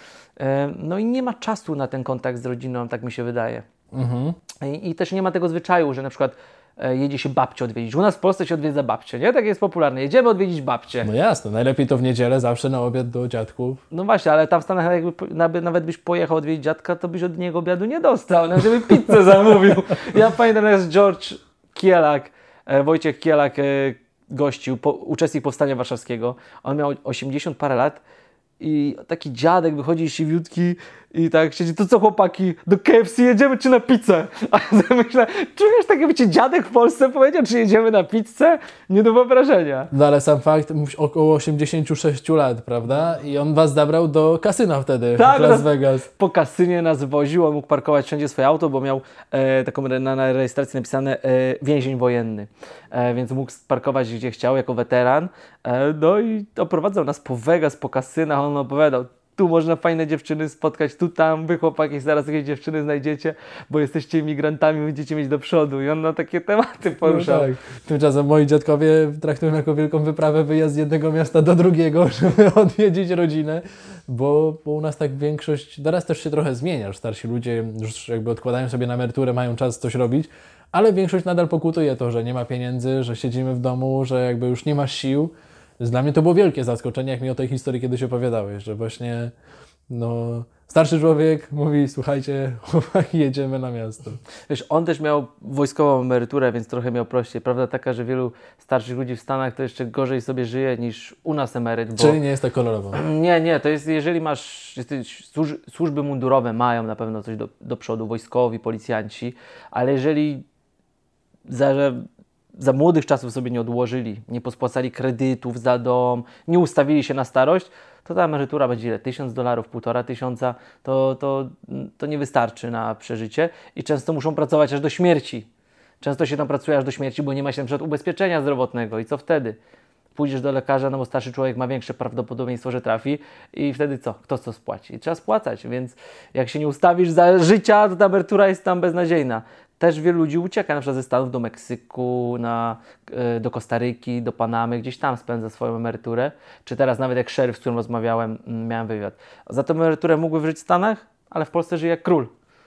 no i nie ma czasu na ten kontakt z rodziną, tak mi się wydaje. Mhm. I, I też nie ma tego zwyczaju, że na przykład e, jedzie się babcię odwiedzić. U nas w Polsce się odwiedza babcię, nie? Tak jest popularne. Jedziemy odwiedzić babcię. No jasne, najlepiej to w niedzielę, zawsze na obiad do dziadków. No właśnie, ale tam w Stanach jakby, nawet byś pojechał odwiedzić dziadka, to byś od niego obiadu nie dostał, nawet żeby pizzę zamówił. Ja pamiętam, jak George Kielak, e, Wojciech Kielak e, gościł, po, uczestnik Powstania Warszawskiego. On miał osiemdziesiąt parę lat. I taki dziadek wychodzi siwiutki i tak siedzi, to co chłopaki, do K F C jedziemy czy na pizzę? A ja myślę, czujesz tak jakby ci dziadek w Polsce powiedział, czy jedziemy na pizzę? Nie do wyobrażenia. No ale sam fakt, około osiemdziesiąt sześć lat, prawda? I on was zabrał do kasyna wtedy tak, w Las Vegas. Po kasynie nas woził, on mógł parkować wszędzie swoje auto, bo miał e, taką na, na rejestracji napisane e, więzień wojenny. E, więc mógł parkować gdzie chciał jako weteran. E, no i oprowadzał nas po Vegas, po kasynach, on opowiadał, tu można fajne dziewczyny spotkać, tu tam, wy chłopaki zaraz jakieś dziewczyny znajdziecie, bo jesteście imigrantami, będziecie mieć do przodu. I on na takie tematy poruszał. No tak. Tymczasem moi dziadkowie traktują jako wielką wyprawę wyjazd z jednego miasta do drugiego, żeby odwiedzić rodzinę, bo, bo u nas tak większość, teraz też się trochę zmienia, starsi ludzie już jakby odkładają sobie na emeryturę, mają czas coś robić, ale większość nadal pokutuje to, że nie ma pieniędzy, że siedzimy w domu, że jakby już nie masz sił. Dla mnie to było wielkie zaskoczenie, jak mi o tej historii kiedyś opowiadałeś, że właśnie no, starszy człowiek mówi, słuchajcie, chłopaki, jedziemy na miasto. Wiesz, on też miał wojskową emeryturę, więc trochę miał prościej. Prawda taka, że wielu starszych ludzi w Stanach to jeszcze gorzej sobie żyje niż u nas emeryt. Bo... Czyli nie jest tak kolorowo. Nie, nie, to jest, jeżeli masz, jesteś, służ, służby mundurowe mają na pewno coś do, do przodu, wojskowi, policjanci, ale jeżeli za, za młodych czasów sobie nie odłożyli, nie pospłacali kredytów za dom, nie ustawili się na starość, to ta emerytura będzie ile? Tysiąc dolarów, półtora tysiąca, to, to, to nie wystarczy na przeżycie i często muszą pracować aż do śmierci. Często się tam pracuje aż do śmierci, bo nie ma się na przykład ubezpieczenia zdrowotnego i co wtedy? Pójdziesz do lekarza, no bo starszy człowiek ma większe prawdopodobieństwo, że trafi i wtedy co? Kto co spłaci? I trzeba spłacać, więc jak się nie ustawisz za życia, to ta emerytura jest tam beznadziejna. Też wielu ludzi ucieka na przykład ze Stanów do Meksyku, na, do Kostaryki, do Panamy, gdzieś tam spędza swoją emeryturę. Czy teraz nawet jak szeryf, z którym rozmawiałem, miałem wywiad. Za tę emeryturę mógłby żyć w Stanach, ale w Polsce żyje jak król.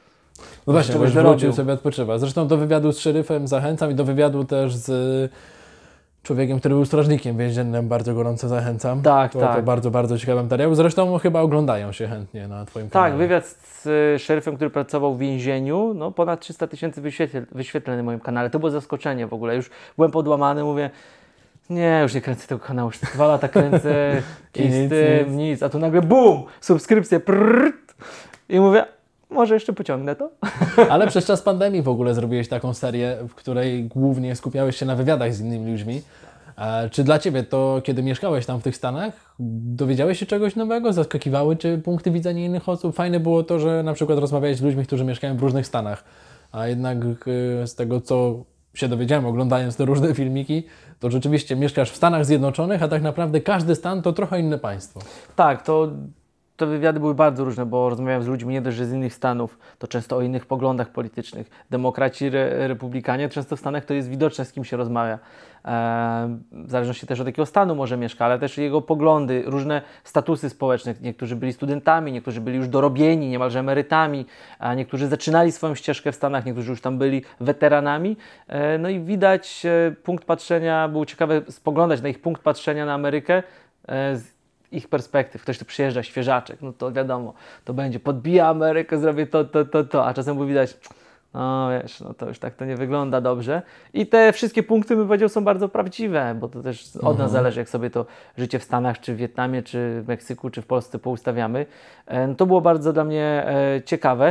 No właśnie, bo już wrócił, sobie odpoczywa. Zresztą do wywiadu z szeryfem zachęcam i do wywiadu też z człowiekiem, który był strażnikiem więziennym, bardzo gorąco zachęcam. Tak, to, tak. To bardzo, bardzo ciekawy materiał. Zresztą chyba oglądają się chętnie na Twoim kanale. Tak, wywiad z y, szeryfem, który pracował w więzieniu, no ponad trzysta tysięcy wyświetleń, wyświetleń na moim kanale. To było zaskoczenie w ogóle. Już byłem podłamany, mówię, nie, już nie kręcę tego kanału, już dwa lata kręcę i z tym nic. nic. A tu nagle bum, subskrypcje, prrrt, i mówię, może jeszcze pociągnę to. Ale przez czas pandemii w ogóle zrobiłeś taką serię, w której głównie skupiałeś się na wywiadach z innymi ludźmi. A czy dla Ciebie to, kiedy mieszkałeś tam w tych Stanach, dowiedziałeś się czegoś nowego? Zaskakiwały Cię punkty widzenia innych osób? Fajne było to, że na przykład rozmawiałeś z ludźmi, którzy mieszkają w różnych stanach, a jednak z tego, co się dowiedziałem, oglądając te różne filmiki, to rzeczywiście mieszkasz w Stanach Zjednoczonych, a tak naprawdę każdy stan to trochę inne państwo. Tak, to... Te wywiady były bardzo różne, bo rozmawiałem z ludźmi nie dość, że z innych stanów, to często o innych poglądach politycznych. Demokraci, re, republikanie, często w Stanach to jest widoczne, z kim się rozmawia. E, w zależności też od jakiego stanu może mieszka, ale też jego poglądy, różne statusy społeczne. Niektórzy byli studentami, niektórzy byli już dorobieni, niemalże emerytami, a niektórzy zaczynali swoją ścieżkę w Stanach, niektórzy już tam byli weteranami. E, no i widać e, punkt patrzenia, było ciekawe spoglądać na ich punkt patrzenia na Amerykę e, z ich perspektyw. Ktoś tu przyjeżdża, świeżaczek, no to wiadomo, to będzie, podbija Amerykę, zrobię to, to, to, to, a czasem było widać, no wiesz, no to już tak to nie wygląda dobrze. I te wszystkie punkty, bym powiedział, są bardzo prawdziwe, bo to też od nas mhm. zależy, jak sobie to życie w Stanach, czy w Wietnamie, czy w Meksyku, czy w Polsce poustawiamy. No to było bardzo dla mnie e, ciekawe.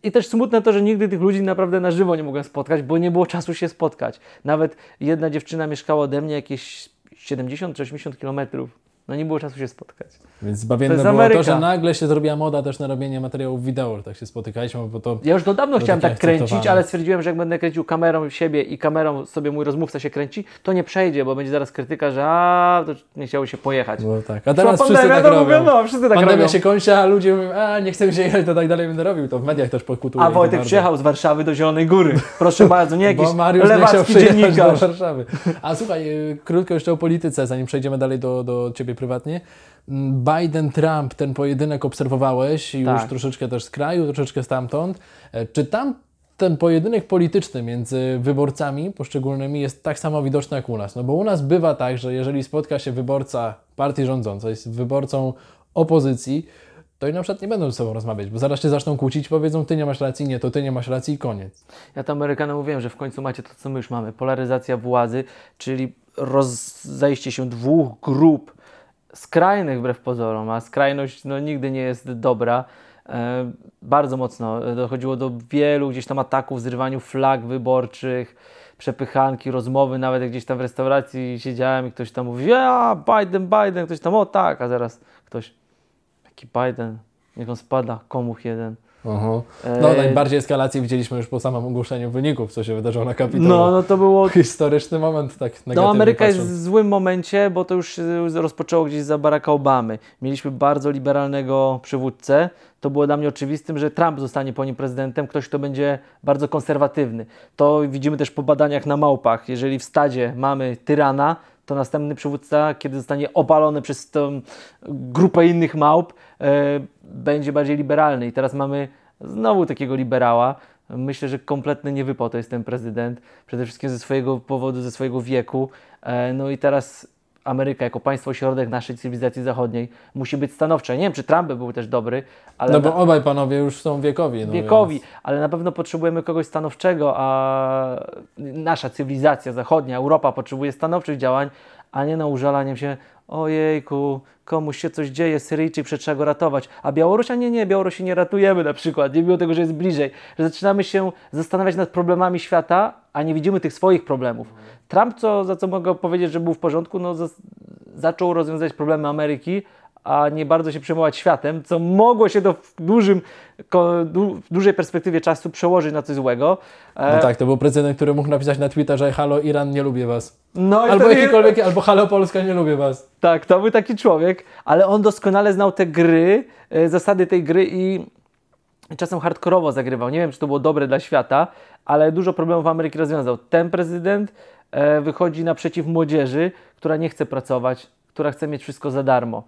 I też smutne to, że nigdy tych ludzi naprawdę na żywo nie mogłem spotkać, bo nie było czasu się spotkać. Nawet jedna dziewczyna mieszkała ode mnie jakieś siedemdziesiąt czy osiemdziesiąt kilometrów. No nie było czasu się spotkać. Więc zbawienne to było Ameryka. To, że nagle się zrobiła moda też na robienie materiałów wideo, że tak się spotykaliśmy, bo to... Ja już do dawno chciałem tak kręcić, ale stwierdziłem, że jak będę kręcił kamerą siebie i kamerą sobie mój rozmówca się kręci, to nie przejdzie, bo będzie zaraz krytyka, że a, to nie chciało się pojechać. No tak, a teraz wszyscy tak robią. Mówią, no, wszyscy tak Pandemia robią. się kończy, a ludzie mówią, a nie chcę się jechać, to tak dalej będę robił. To w mediach też pokutuje. A Wojtek przyjechał z Warszawy do Zielonej Góry. Proszę bardzo, nie jakiś bo Mariusz lewacki dziennikarz. Do Warszawy. A słuchaj, krótko jeszcze o polityce, zanim przejdziemy dalej do, do Ciebie prywatnie. Biden-Trump, ten pojedynek obserwowałeś już tak. Troszeczkę też z kraju, troszeczkę stamtąd. Czy tam ten pojedynek polityczny między wyborcami poszczególnymi jest tak samo widoczny jak u nas? No bo u nas bywa tak, że jeżeli spotka się wyborca partii rządzącej z wyborcą opozycji, to i na przykład nie będą ze sobą rozmawiać, bo zaraz się zaczną kłócić, powiedzą ty nie masz racji, nie, to ty nie masz racji i koniec. Ja to Amerykanom mówiłem, że w końcu macie to, co my już mamy. Polaryzacja władzy, czyli rozejście się dwóch grup skrajnych wbrew pozorom, a skrajność no, nigdy nie jest dobra. E, bardzo mocno dochodziło do wielu gdzieś tam ataków, zrywaniu flag wyborczych, przepychanki, rozmowy, nawet jak gdzieś tam w restauracji siedziałem i ktoś tam mówi, ja Biden, Biden, ktoś tam, o tak, a zaraz ktoś, jaki Biden, niech on spada, komuch jeden. Uh-huh. No, najbardziej eskalacji widzieliśmy już po samym ogłoszeniu wyników, co się wydarzyło na Kapitolu. No, no to było... historyczny moment, tak negatywnie No, Ameryka patrząc. jest w złym momencie, bo to już rozpoczęło gdzieś za Baracka Obamy. Mieliśmy bardzo liberalnego przywódcę. To było dla mnie oczywistym, że Trump zostanie po nim prezydentem, ktoś, kto będzie bardzo konserwatywny. To widzimy też po badaniach na małpach. Jeżeli w stadzie mamy tyrana, to następny przywódca, kiedy zostanie obalony przez tą grupę innych małp, e, będzie bardziej liberalny. I teraz mamy znowu takiego liberała. Myślę, że kompletny niewypał to jest ten prezydent. Przede wszystkim ze swojego powodu, ze swojego wieku. E, no i teraz Ameryka jako państwo środek naszej cywilizacji zachodniej musi być stanowcza. Nie wiem, czy Trump by był też dobry, ale... No bo obaj panowie już są wiekowi. No wiekowi, więc... ale na pewno potrzebujemy kogoś stanowczego, a nasza cywilizacja zachodnia, Europa potrzebuje stanowczych działań, a nie na użalaniem się, ojejku, komuś się coś dzieje, Syryjczyk, przecież trzeba go ratować. A Białoruś, a nie, nie, Białorusi nie ratujemy na przykład, nie mimo tego, że jest bliżej. Że zaczynamy się zastanawiać nad problemami świata, a nie widzimy tych swoich problemów. Trump, co, za co mogę powiedzieć, że był w porządku, no z, zaczął rozwiązać problemy Ameryki, a nie bardzo się przejmować światem, co mogło się to w, dużym, ko, du, w dużej perspektywie czasu przełożyć na coś złego. E... No tak, to był prezydent, który mógł napisać na Twitterze, halo Iran, nie lubię was. No albo wtedy... jakikolwiek, albo halo Polska, nie lubię was. Tak, to był taki człowiek, ale on doskonale znał te gry, e, zasady tej gry i czasem hardkorowo zagrywał. Nie wiem, czy to było dobre dla świata, ale dużo problemów Ameryki rozwiązał. Ten prezydent e, wychodzi naprzeciw młodzieży, która nie chce pracować, która chce mieć wszystko za darmo.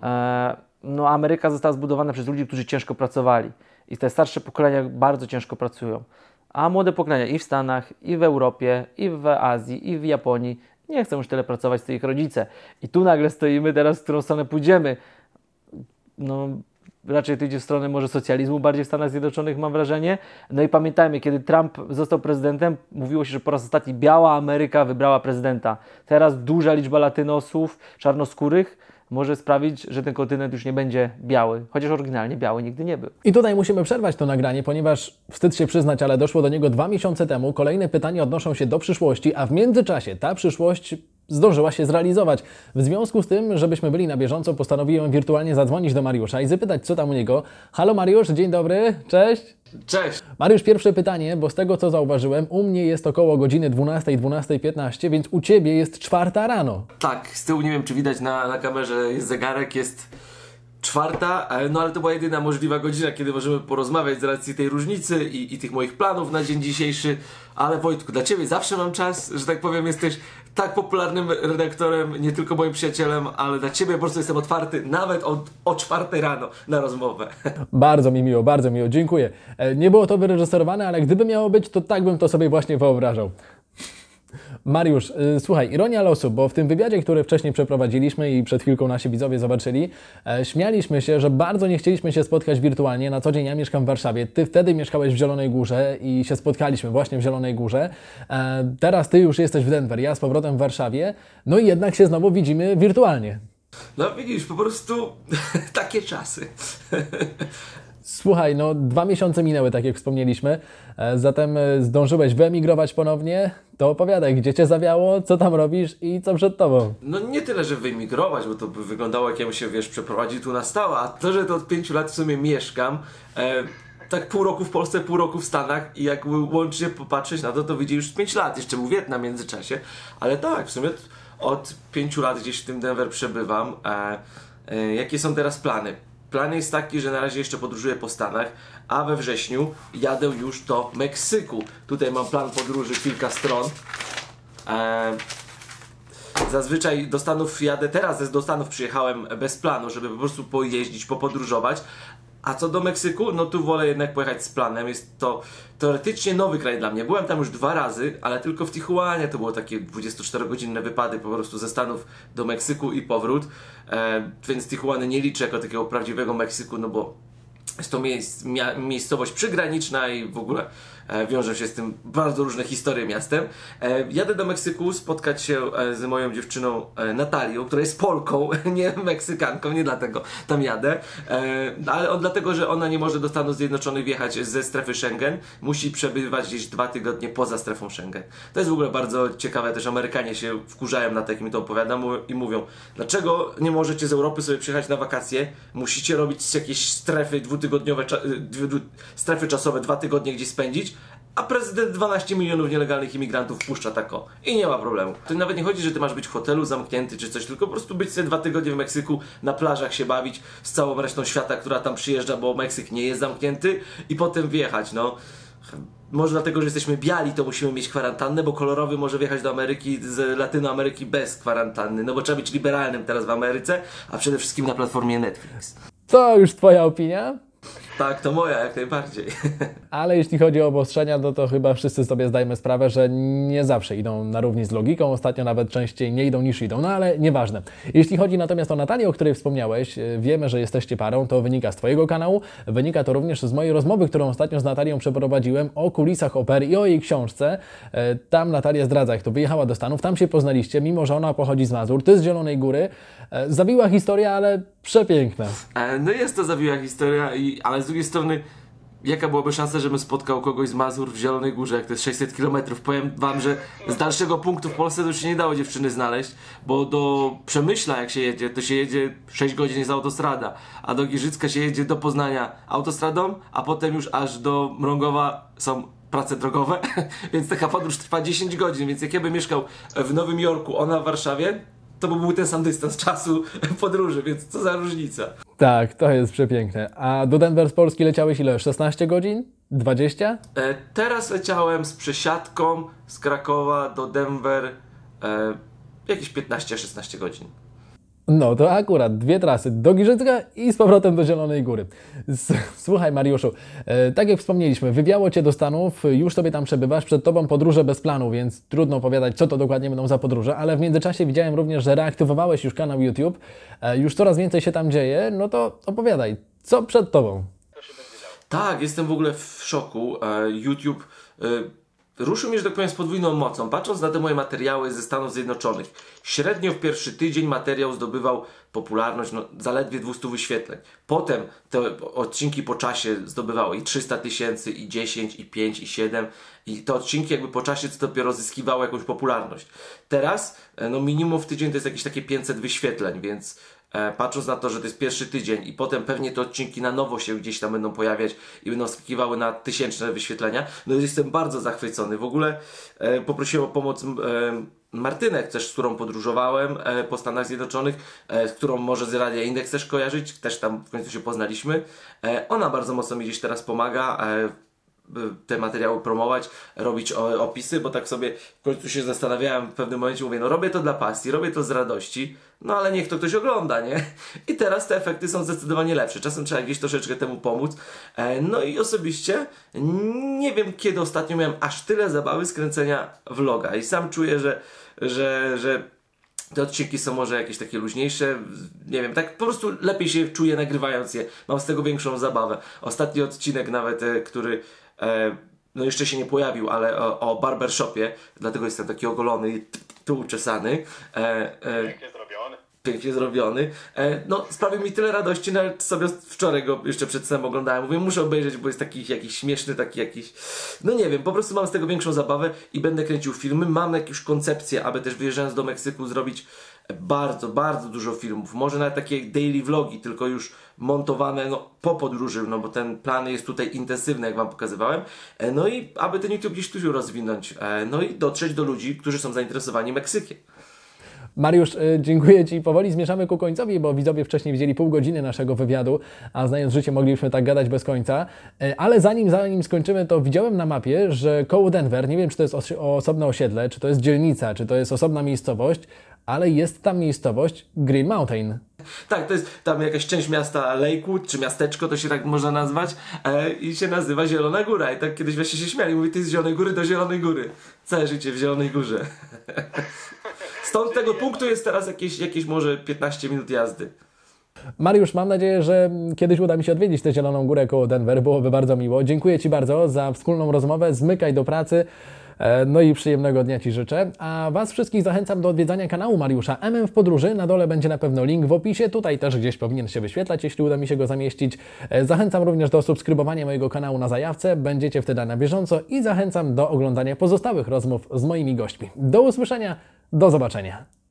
E, no Ameryka została zbudowana przez ludzi, którzy ciężko pracowali. I te starsze pokolenia bardzo ciężko pracują. A młode pokolenia i w Stanach, i w Europie, i w Azji, i w Japonii nie chcą już tyle pracować co ich rodzice. I tu nagle stoimy teraz, w którą stronę pójdziemy. No... Raczej to idzie w stronę może socjalizmu, bardziej w Stanach Zjednoczonych mam wrażenie. No i pamiętajmy, kiedy Trump został prezydentem, mówiło się, że po raz ostatni biała Ameryka wybrała prezydenta. Teraz duża liczba latynosów, czarnoskórych może sprawić, że ten kontynent już nie będzie biały. Chociaż oryginalnie biały nigdy nie był. I tutaj musimy przerwać to nagranie, ponieważ wstyd się przyznać, ale doszło do niego dwa miesiące temu. Kolejne pytania odnoszą się do przyszłości, a w międzyczasie ta przyszłość zdążyła się zrealizować. W związku z tym, żebyśmy byli na bieżąco, postanowiłem wirtualnie zadzwonić do Mariusza i zapytać, co tam u niego. Halo Mariusz, dzień dobry, cześć. Cześć. Mariusz, pierwsze pytanie, bo z tego co zauważyłem, u mnie jest około godziny dwunastej, dwunastej piętnaście, więc u Ciebie jest czwarta rano. Tak, z tyłu nie wiem, czy widać na, na kamerze, jest zegarek, jest czwarta, no ale to była jedyna możliwa godzina, kiedy możemy porozmawiać z racji tej różnicy i, i tych moich planów na dzień dzisiejszy. Ale Wojtku, dla Ciebie zawsze mam czas, że tak powiem, jesteś tak popularnym redaktorem, nie tylko moim przyjacielem, ale dla Ciebie po prostu jestem otwarty nawet od, o czwartej rano na rozmowę. Bardzo mi miło, bardzo miło, dziękuję. Nie było to wyreżyserowane, ale gdyby miało być, to tak bym to sobie właśnie wyobrażał. Mariusz, yy, słuchaj, ironia losu, bo w tym wywiadzie, który wcześniej przeprowadziliśmy i przed chwilką nasi widzowie zobaczyli, e, śmialiśmy się, że bardzo nie chcieliśmy się spotkać wirtualnie. Na co dzień ja mieszkam w Warszawie, Ty wtedy mieszkałeś w Zielonej Górze i się spotkaliśmy właśnie w Zielonej Górze. E, teraz Ty już jesteś w Denver, ja z powrotem w Warszawie, no i jednak się znowu widzimy wirtualnie. No widzisz, po prostu takie czasy. Słuchaj, no dwa miesiące minęły, tak jak wspomnieliśmy, zatem zdążyłeś wyemigrować ponownie. To opowiadaj, gdzie Cię zawiało, co tam robisz i co przed Tobą? No nie tyle, że wyemigrować, bo to by wyglądało, jak ja bym się, wiesz, przeprowadził tu na stałe, a to, że to od pięciu lat w sumie mieszkam, e, tak pół roku w Polsce, pół roku w Stanach i jak łącznie popatrzeć na to, to widzi już pięć lat, jeszcze był Wietnam w międzyczasie, ale tak, w sumie od pięciu lat gdzieś w tym Denver przebywam. E, e, jakie są teraz plany? Plan jest taki, że na razie jeszcze podróżuję po Stanach, a we wrześniu jadę już do Meksyku. Tutaj mam plan podróży, kilka stron. E, zazwyczaj do Stanów jadę, teraz do Stanów przyjechałem bez planu, żeby po prostu pojeździć, popodróżować. A co do Meksyku, no tu wolę jednak pojechać z planem. Jest to teoretycznie nowy kraj dla mnie. Byłem tam już dwa razy, ale tylko w Tijuanie. To było takie dwudziestoczterogodzinne wypady po prostu ze Stanów do Meksyku i powrót. E, więc Tijuany nie liczę jako takiego prawdziwego Meksyku, no bo jest to miejsc, mia, miejscowość przygraniczna i w ogóle e, wiążą się z tym bardzo różne historie miastem. E, jadę do Meksyku spotkać się e, z moją dziewczyną e, Natalią, która jest Polką, nie Meksykanką, nie dlatego tam jadę, e, ale on, dlatego, że ona nie może do Stanów Zjednoczonych wjechać ze strefy Schengen, musi przebywać gdzieś dwa tygodnie poza strefą Schengen. To jest w ogóle bardzo ciekawe, też Amerykanie się wkurzają na to, jak mi to opowiadam i mówią, dlaczego nie możecie z Europy sobie przyjechać na wakacje, musicie robić jakieś strefy dwutygodniowe, strefy czasowe, dwa tygodnie gdzieś spędzić, a prezydent dwanaście milionów nielegalnych imigrantów wpuszcza tako i nie ma problemu. To nawet nie chodzi, że ty masz być w hotelu zamknięty czy coś, tylko po prostu być sobie dwa tygodnie w Meksyku, na plażach się bawić z całą resztą świata, która tam przyjeżdża, bo Meksyk nie jest zamknięty i potem wjechać, no. Może dlatego, że jesteśmy biali, to musimy mieć kwarantannę, bo kolorowy może wjechać do Ameryki, z Latynoameryki bez kwarantanny, no bo trzeba być liberalnym teraz w Ameryce, a przede wszystkim na platformie Netflix. To już Twoja opinia? Tak, to moja, jak najbardziej. Ale jeśli chodzi o obostrzenia, no to chyba wszyscy sobie zdajemy sprawę, że nie zawsze idą na równi z logiką, ostatnio nawet częściej nie idą niż idą, no ale nieważne. Jeśli chodzi natomiast o Natalię, o której wspomniałeś, wiemy, że jesteście parą, to wynika z Twojego kanału, wynika to również z mojej rozmowy, którą ostatnio z Natalią przeprowadziłem o kulisach opery i o jej książce. Tam Natalia zdradza, jak to wyjechała do Stanów, tam się poznaliście, mimo że ona pochodzi z Mazur, Ty z Zielonej Góry. Zawiła historia, ale przepiękna. No jest to zawiła historia, i, ale z drugiej strony jaka byłaby szansa, żebym spotkał kogoś z Mazur w Zielonej Górze, jak to jest sześćset kilometrów. Powiem wam, że z dalszego punktu w Polsce to już się nie dało dziewczyny znaleźć, bo do Przemyśla jak się jedzie, to się jedzie sześć godzin z autostrada, a do Giżycka się jedzie do Poznania autostradą, a potem już aż do Mrągowa są prace drogowe, więc taka podróż trwa dziesięć godzin, więc jak ja bym mieszkał w Nowym Jorku, ona w Warszawie, to by był ten sam dystans czasu podróży, więc co za różnica. Tak, to jest przepiękne. A do Denver z Polski leciałeś ile? szesnaście godzin? dwadzieścia? E, teraz leciałem z przesiadką z Krakowa do Denver e, jakieś piętnaście szesnaście godzin. No to akurat dwie trasy, do Giżycka i z powrotem do Zielonej Góry. S- Słuchaj Mariuszu, e, tak jak wspomnieliśmy, wywiało Cię do Stanów, już sobie tam przebywasz, przed Tobą podróże bez planu, więc trudno opowiadać, co to dokładnie będą za podróże, ale w międzyczasie widziałem również, że reaktywowałeś już kanał YouTube, e, już coraz więcej się tam dzieje, no to opowiadaj, co przed Tobą? Tak, jestem w ogóle w szoku. E, YouTube e, ruszył mnie, że tak powiem, z podwójną mocą. Patrząc na te moje materiały ze Stanów Zjednoczonych, średnio w pierwszy tydzień materiał zdobywał popularność, no, zaledwie dwieście wyświetleń. Potem te odcinki po czasie zdobywały i trzysta tysięcy, i dziesięć, i pięć, i siedem. I te odcinki jakby po czasie to dopiero zyskiwały jakąś popularność. Teraz, no minimum w tydzień to jest jakieś takie pięćset wyświetleń, więc E, patrząc na to, że to jest pierwszy tydzień i potem pewnie te odcinki na nowo się gdzieś tam będą pojawiać i będą skakiwały na tysięczne wyświetlenia, no jestem bardzo zachwycony. W ogóle e, poprosiłem o pomoc e, Martynę, też z którą podróżowałem e, po Stanach Zjednoczonych, e, z którą może z Radia Indeks też kojarzyć, też tam w końcu się poznaliśmy. E, ona bardzo mocno mi gdzieś teraz pomaga e, te materiały promować, robić opisy, bo tak sobie w końcu się zastanawiałem w pewnym momencie, mówię, no robię to dla pasji, robię to z radości, no ale niech to ktoś ogląda, nie? I teraz te efekty są zdecydowanie lepsze. Czasem trzeba gdzieś troszeczkę temu pomóc. No i osobiście nie wiem, kiedy ostatnio miałem aż tyle zabawy z kręcenia vloga i sam czuję, że, że, że te odcinki są może jakieś takie luźniejsze, nie wiem, tak po prostu lepiej się czuję nagrywając je, mam z tego większą zabawę. Ostatni odcinek nawet, który e, no jeszcze się nie pojawił, ale o, o barbershopie, dlatego jestem taki ogolony i tu uczesany. E, e, Pięknie zrobiony. pięknie zrobiony. E, no, sprawił mi tyle radości, nawet sobie wczoraj go jeszcze przed snem oglądałem. Mówię, muszę obejrzeć, bo jest taki jakiś śmieszny, taki jakiś... No nie wiem, po prostu mam z tego większą zabawę i będę kręcił filmy. Mam jakąś koncepcję, aby też wyjeżdżając do Meksyku zrobić bardzo, bardzo dużo filmów. Może nawet takie daily vlogi, tylko już montowane no, po podróży, no bo ten plan jest tutaj intensywny, jak Wam pokazywałem. E, no i aby ten YouTube gdzieś tu rozwinąć. E, no i dotrzeć do ludzi, którzy są zainteresowani Meksykiem. Mariusz, dziękuję Ci. Powoli zmierzamy ku końcowi, bo widzowie wcześniej widzieli pół godziny naszego wywiadu, a znając życie moglibyśmy tak gadać bez końca. Ale zanim, zanim skończymy, to widziałem na mapie, że koło Denver, nie wiem czy to jest os- osobne osiedle, czy to jest dzielnica, czy to jest osobna miejscowość, ale jest tam miejscowość Green Mountain. Tak, to jest tam jakaś część miasta Lakewood, czy miasteczko, to się tak można nazwać, e, i się nazywa Zielona Góra. I tak kiedyś właśnie się śmiali, mówi, ty z Zielonej Góry do Zielonej Góry. Całe życie w Zielonej Górze. Stąd tego punktu jest teraz jakieś, jakieś może piętnaście minut jazdy. Mariusz, mam nadzieję, że kiedyś uda mi się odwiedzić tę Zieloną Górę koło Denver, byłoby bardzo miło. Dziękuję Ci bardzo za wspólną rozmowę, zmykaj do pracy, no i przyjemnego dnia Ci życzę. A Was wszystkich zachęcam do odwiedzania kanału Mariusza M M w podróży, na dole będzie na pewno link w opisie, tutaj też gdzieś powinien się wyświetlać, jeśli uda mi się go zamieścić. Zachęcam również do subskrybowania mojego kanału na zajawce, będziecie wtedy na bieżąco i zachęcam do oglądania pozostałych rozmów z moimi gośćmi. Do usłyszenia, do zobaczenia.